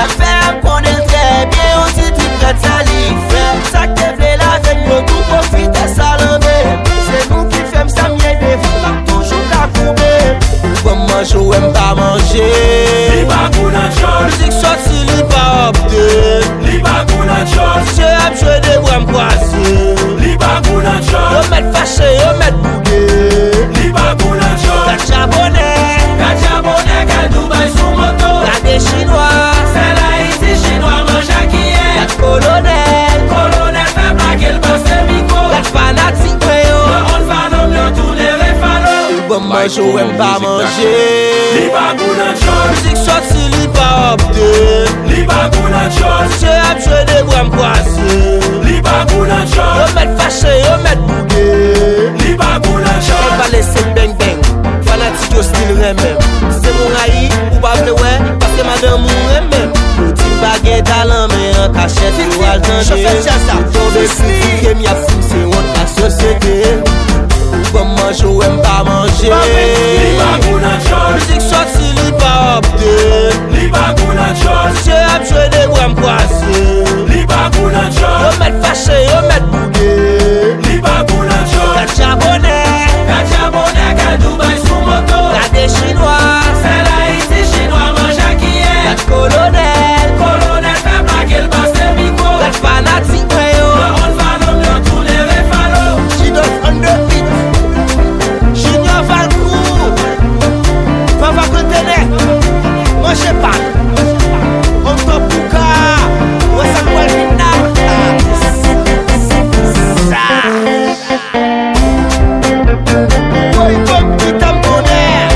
Ça fait qu'on est très bien, on dit tout prête ça l'y fait. Ça que t'es la veine, yo tout profite ça l'envers. C'est nous qui faisons ça mieux des fois, toujours qu'à couper. Pour manger ou aime pas manger. Li pa kou nan chol. Musique sorti, li pas opté. Li pa kou nan chol. Je aime jouer des bras m'croiser. Li pa kou nan chol. Yo met fâché, yo met bougué. Li pa kou nan chol. Gat japonais, Gat Dubai sou moto. gat des chinois, C'est l'Haïti chinois mange à qui est. gat colonel, Colonel fait plaquer le passe micro. gat fanatique yo. On va nommer tous les réfalos. Bon manger ou aime pas Li manger. pa kou nan chol. Musique sorti, li pas opté. Li pa kou nan chol. Je aime jouer des bras m'croiser. Li pa kou nan chol. Yo met fâché, yo met bougué. Li pa kou nan On chol. va laisser bang bang. Fanatique yo style même. C'est mon haï ou pas vle ouais. Parce que madame ou même. Petit baguette talent mais en cachette ou al tande. Tombe fou que m'y a fou c'est honte la société. Bon manger ou aime pas manger. Li pa kou nan chol. Musique sorti li pas opté. Li pa kou nan chol. Je aime jouer des bras m'croiser. Li pa kou nan chol. Yo met fâché, yo met bougué. Li pa kou nan chol. Gat japonais, Gat Dubai sou moto. gat des chinois, C'est l'Haïti chinois mange à qui est. gat colonel, Colonel fait plaquer le passe micro. gat fanatique yo. On va nommer tous les réfalos. She does on the beat. Junior Valcourt. Papa Contenet. Moi je pas. On top Pouka. Ouais ça quoi le ouais comme qui tamponner.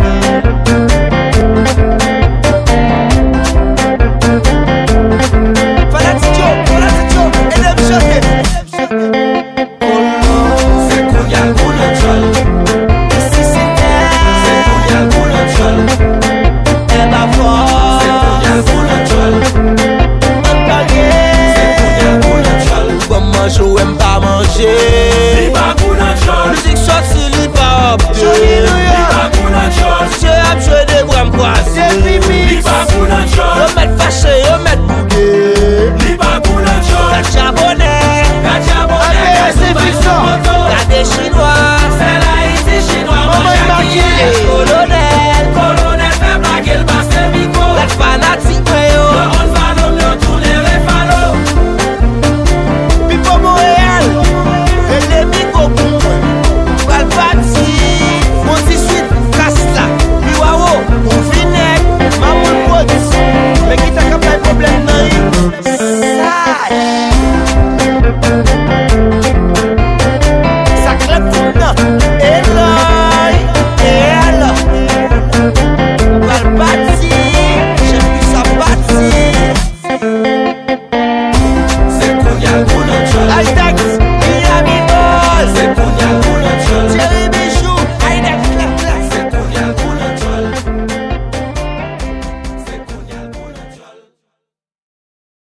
Fanatique yo, et le chanter. C'est kou yal kou nan chol. Si c'était, C'est kou yal kou nan chol. elle va voir. C'est kou yal kou nan chol. C'est kou yal kou nan chol. Bon manger ou aime pas manger.